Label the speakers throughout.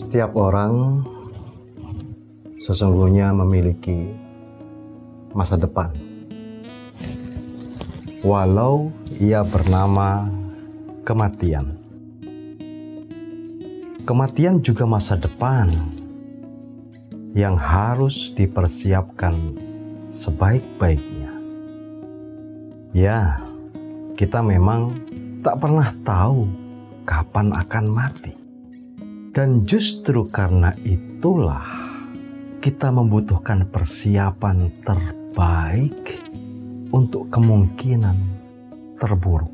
Speaker 1: Setiap orang sesungguhnya memiliki masa depan, walau ia bernama kematian. Kematian juga masa depan yang harus dipersiapkan sebaik-baiknya. Ya, kita memang tak pernah tahu kapan akan mati. Dan justru karena itulah kita membutuhkan persiapan terbaik untuk kemungkinan terburuk.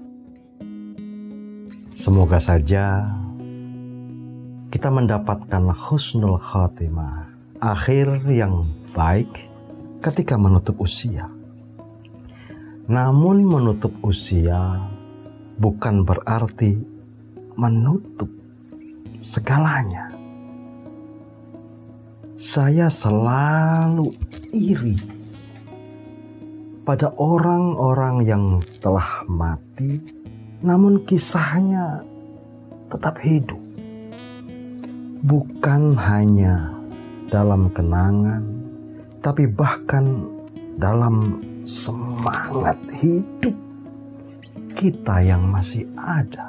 Speaker 1: Semoga saja kita mendapatkan husnul khatimah, akhir yang baik ketika menutup usia. Namun menutup usia bukan berarti menutup segalanya. Saya selalu iri pada orang-orang yang telah mati, namun kisahnya tetap hidup. Bukan hanya dalam kenangan, tapi bahkan dalam semangat hidup kita yang masih ada.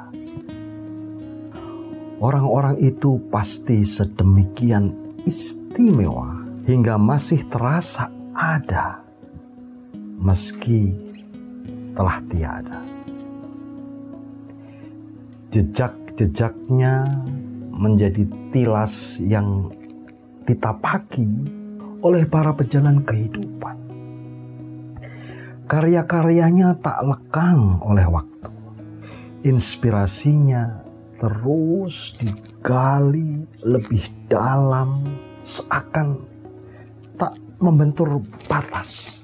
Speaker 1: Orang-orang itu pasti sedemikian istimewa hingga masih terasa ada meski telah tiada. Jejak-jejaknya menjadi tilas yang ditapaki oleh para pejalan kehidupan. Karya-karyanya tak lekang oleh waktu. Inspirasinya terus digali lebih dalam, seakan tak membentur batas.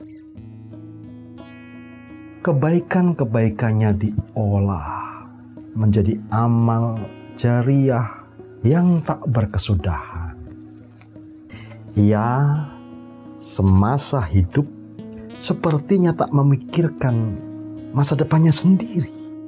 Speaker 1: Kebaikan-kebaikannya diolah menjadi amal jariah yang tak berkesudahan. Ia semasa hidup sepertinya tak memikirkan masa depannya sendiri.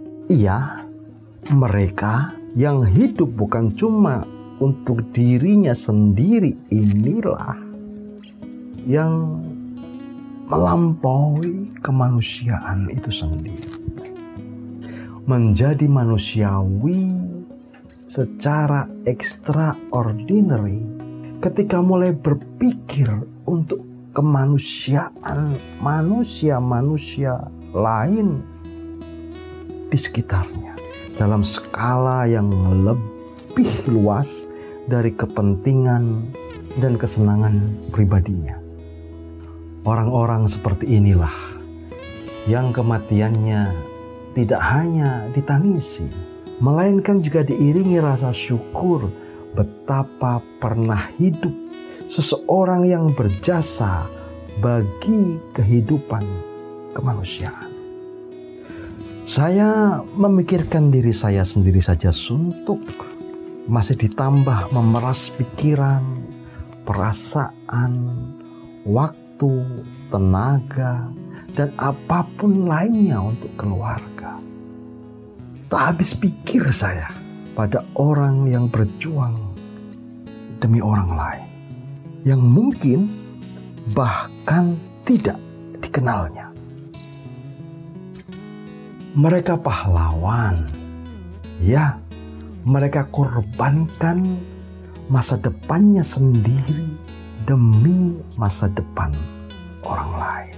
Speaker 1: Mereka yang hidup bukan cuma untuk dirinya sendiri, inilah yang melampaui kemanusiaan itu sendiri. Menjadi manusiawi secara extraordinary ketika mulai berpikir untuk kemanusiaan manusia-manusia lain di sekitarnya dalam skala yang lebih luas dari kepentingan dan kesenangan pribadinya. Orang-orang seperti inilah yang kematiannya tidak hanya ditangisi, melainkan juga diiringi rasa syukur betapa pernah hidup seseorang yang berjasa bagi kehidupan kemanusiaan. Saya memikirkan diri saya sendiri saja suntuk, masih ditambah memeras pikiran, perasaan, waktu, tenaga, dan apapun lainnya untuk keluarga. Tak habis pikir saya pada orang yang berjuang demi orang lain, yang mungkin bahkan tidak dikenalnya. Mereka pahlawan, ya, mereka korbankan masa depannya sendiri demi masa depan orang lain.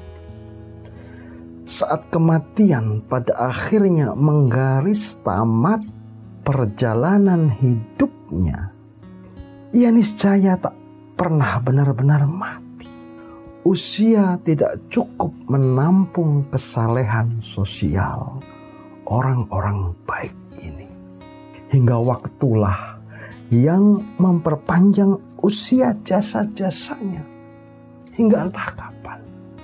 Speaker 1: Saat kematian pada akhirnya menggaris tamat perjalanan hidupnya, ia niscaya tak pernah benar-benar mati. Usia tidak cukup menampung kesalehan sosial orang-orang baik ini. Hingga waktulah yang memperpanjang usia jasa-jasanya hingga entah kapan.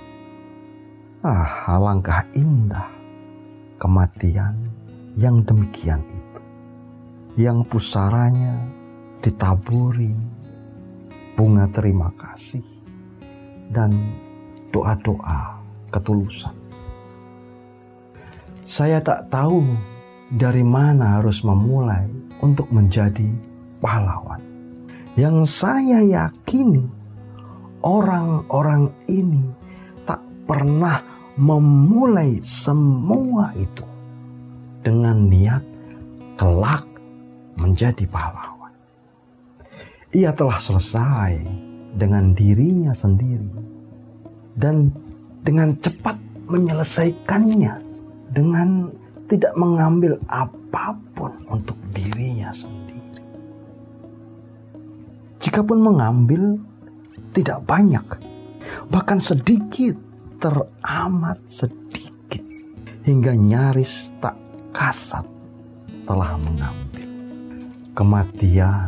Speaker 1: Alangkah indah kematian yang demikian itu, yang pusaranya ditaburi bunga terima kasih dan doa-doa ketulusan. Saya tak tahu dari mana harus memulai untuk menjadi pahlawan. Yang saya yakini orang-orang ini tak pernah memulai semua itu dengan niat kelak menjadi pahlawan. Ia telah selesai dengan dirinya sendiri dan dengan cepat menyelesaikannya dengan tidak mengambil apapun untuk dirinya sendiri. Jikapun mengambil, tidak banyak, bahkan sedikit, teramat sedikit, hingga nyaris tak kasat telah mengambil. Kematian,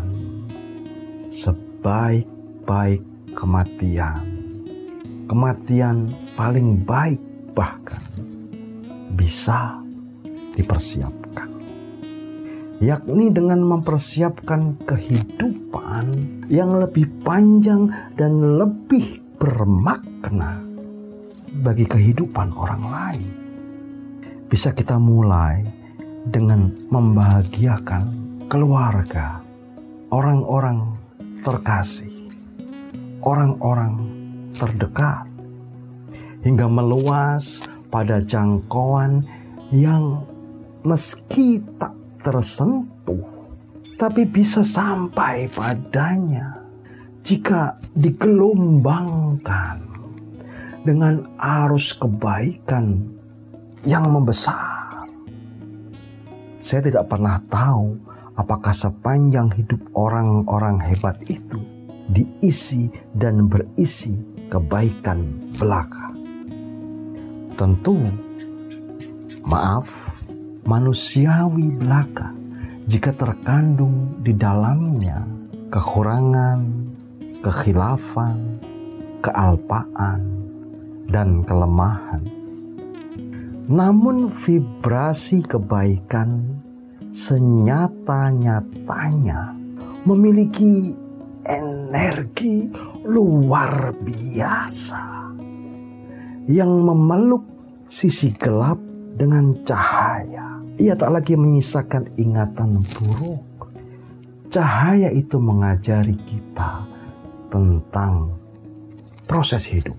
Speaker 1: sebaik-baik kematian, kematian paling baik bahkan, bisa dipersiapkan, yakni dengan mempersiapkan kehidupan yang lebih panjang dan lebih bermakna bagi kehidupan orang lain. Bisa kita mulai dengan membahagiakan keluarga, orang-orang terkasih, orang-orang terdekat, hingga meluas pada jangkauan yang meski tak tersentuh, tapi bisa sampai padanya jika digelombangkan dengan arus kebaikan yang membesar. Saya tidak pernah tahu apakah sepanjang hidup orang-orang hebat itu diisi dan berisi kebaikan belaka. Tentu, maaf, manusiawi belaka jika terkandung di dalamnya kekurangan, kekhilafan, kealpaan, dan kelemahan. Namun vibrasi kebaikan senyata-nyatanya memiliki energi luar biasa yang memeluk sisi gelap dengan cahaya. Ia tak lagi menyisakan ingatan buruk. Cahaya itu mengajari kita tentang proses hidup.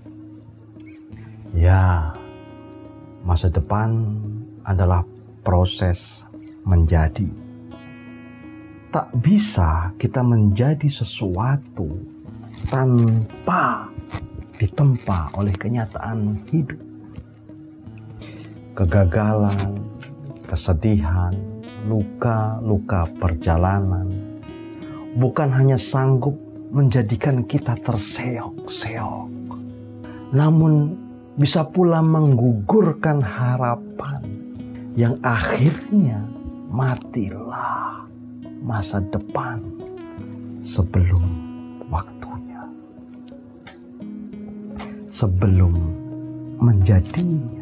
Speaker 1: Ya, masa depan adalah proses menjadi. Tak bisa kita menjadi sesuatu tanpa ditempa oleh kenyataan hidup. Kegagalan, kesedihan, luka-luka perjalanan bukan hanya sanggup menjadikan kita terseok-seok, namun bisa pula menggugurkan harapan yang akhirnya matilah masa depan sebelum waktunya, sebelum menjadinya.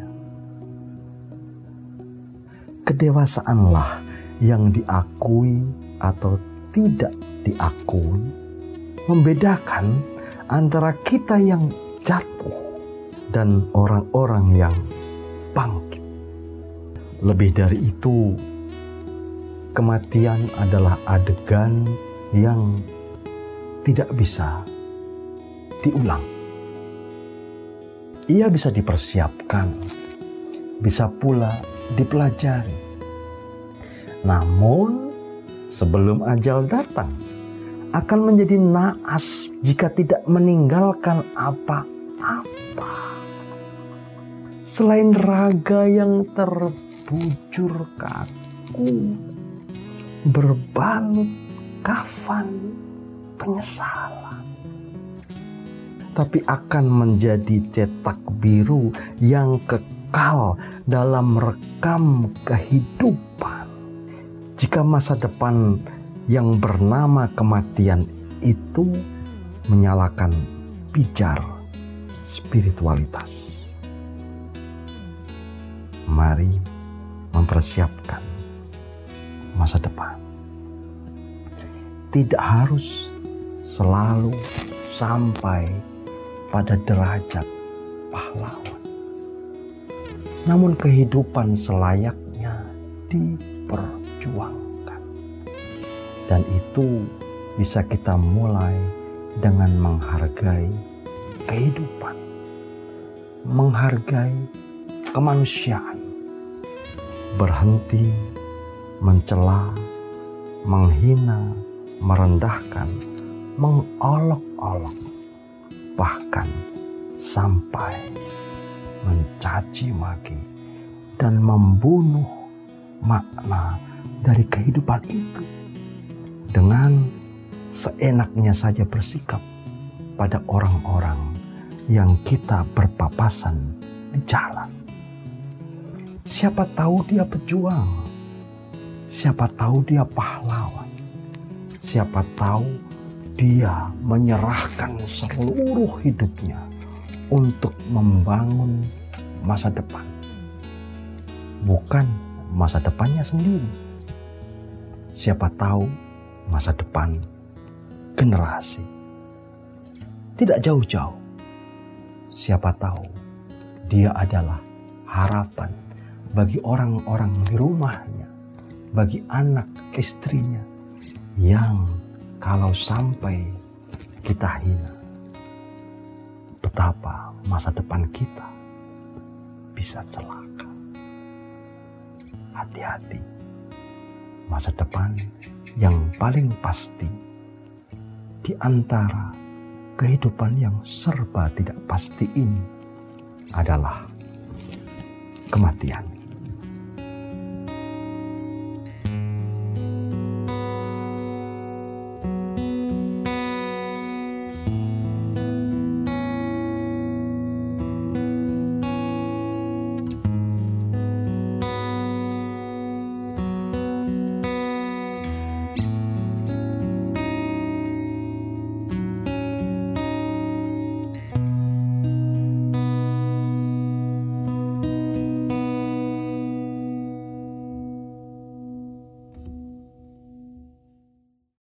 Speaker 1: Kedewasaanlah yang diakui atau tidak diakui membedakan antara kita yang jatuh dan orang-orang yang bangkit. Lebih dari itu, kematian adalah adegan yang tidak bisa diulang. Ia bisa dipersiapkan, bisa pula dipelajari. Namun, sebelum ajal datang, akan menjadi naas jika tidak meninggalkan apa-apa selain raga yang terbujur kaku, berbalut kafan penyesalan, tapi akan menjadi cetak biru yang kekal dalam rekam kehidupan jika masa depan yang bernama kematian itu menyalakan pijar spiritualitas. Mari mempersiapkan masa depan. Tidak harus selalu sampai pada derajat pahlawan, namun kehidupan selayaknya diperjuangkan, dan itu bisa kita mulai dengan menghargai kehidupan, menghargai kemanusiaan, berhenti mencela, menghina, merendahkan, mengolok-olok, bahkan sampai mencaci maki dan membunuh makna dari kehidupan itu dengan seenaknya saja bersikap pada orang-orang yang kita berpapasan di jalan. Siapa tahu dia pejuang, siapa tahu dia pahlawan, siapa tahu dia menyerahkan seluruh hidupnya untuk membangun masa depan. Bukan masa depannya sendiri. Siapa tahu masa depan generasi. Tidak jauh-jauh. Siapa tahu dia adalah harapan bagi orang-orang di rumahnya, bagi anak istrinya, yang kalau sampai kita hina, betapa masa depan kita bisa celaka. Hati-hati, masa depan yang paling pasti di antara kehidupan yang serba tidak pasti ini adalah kematian.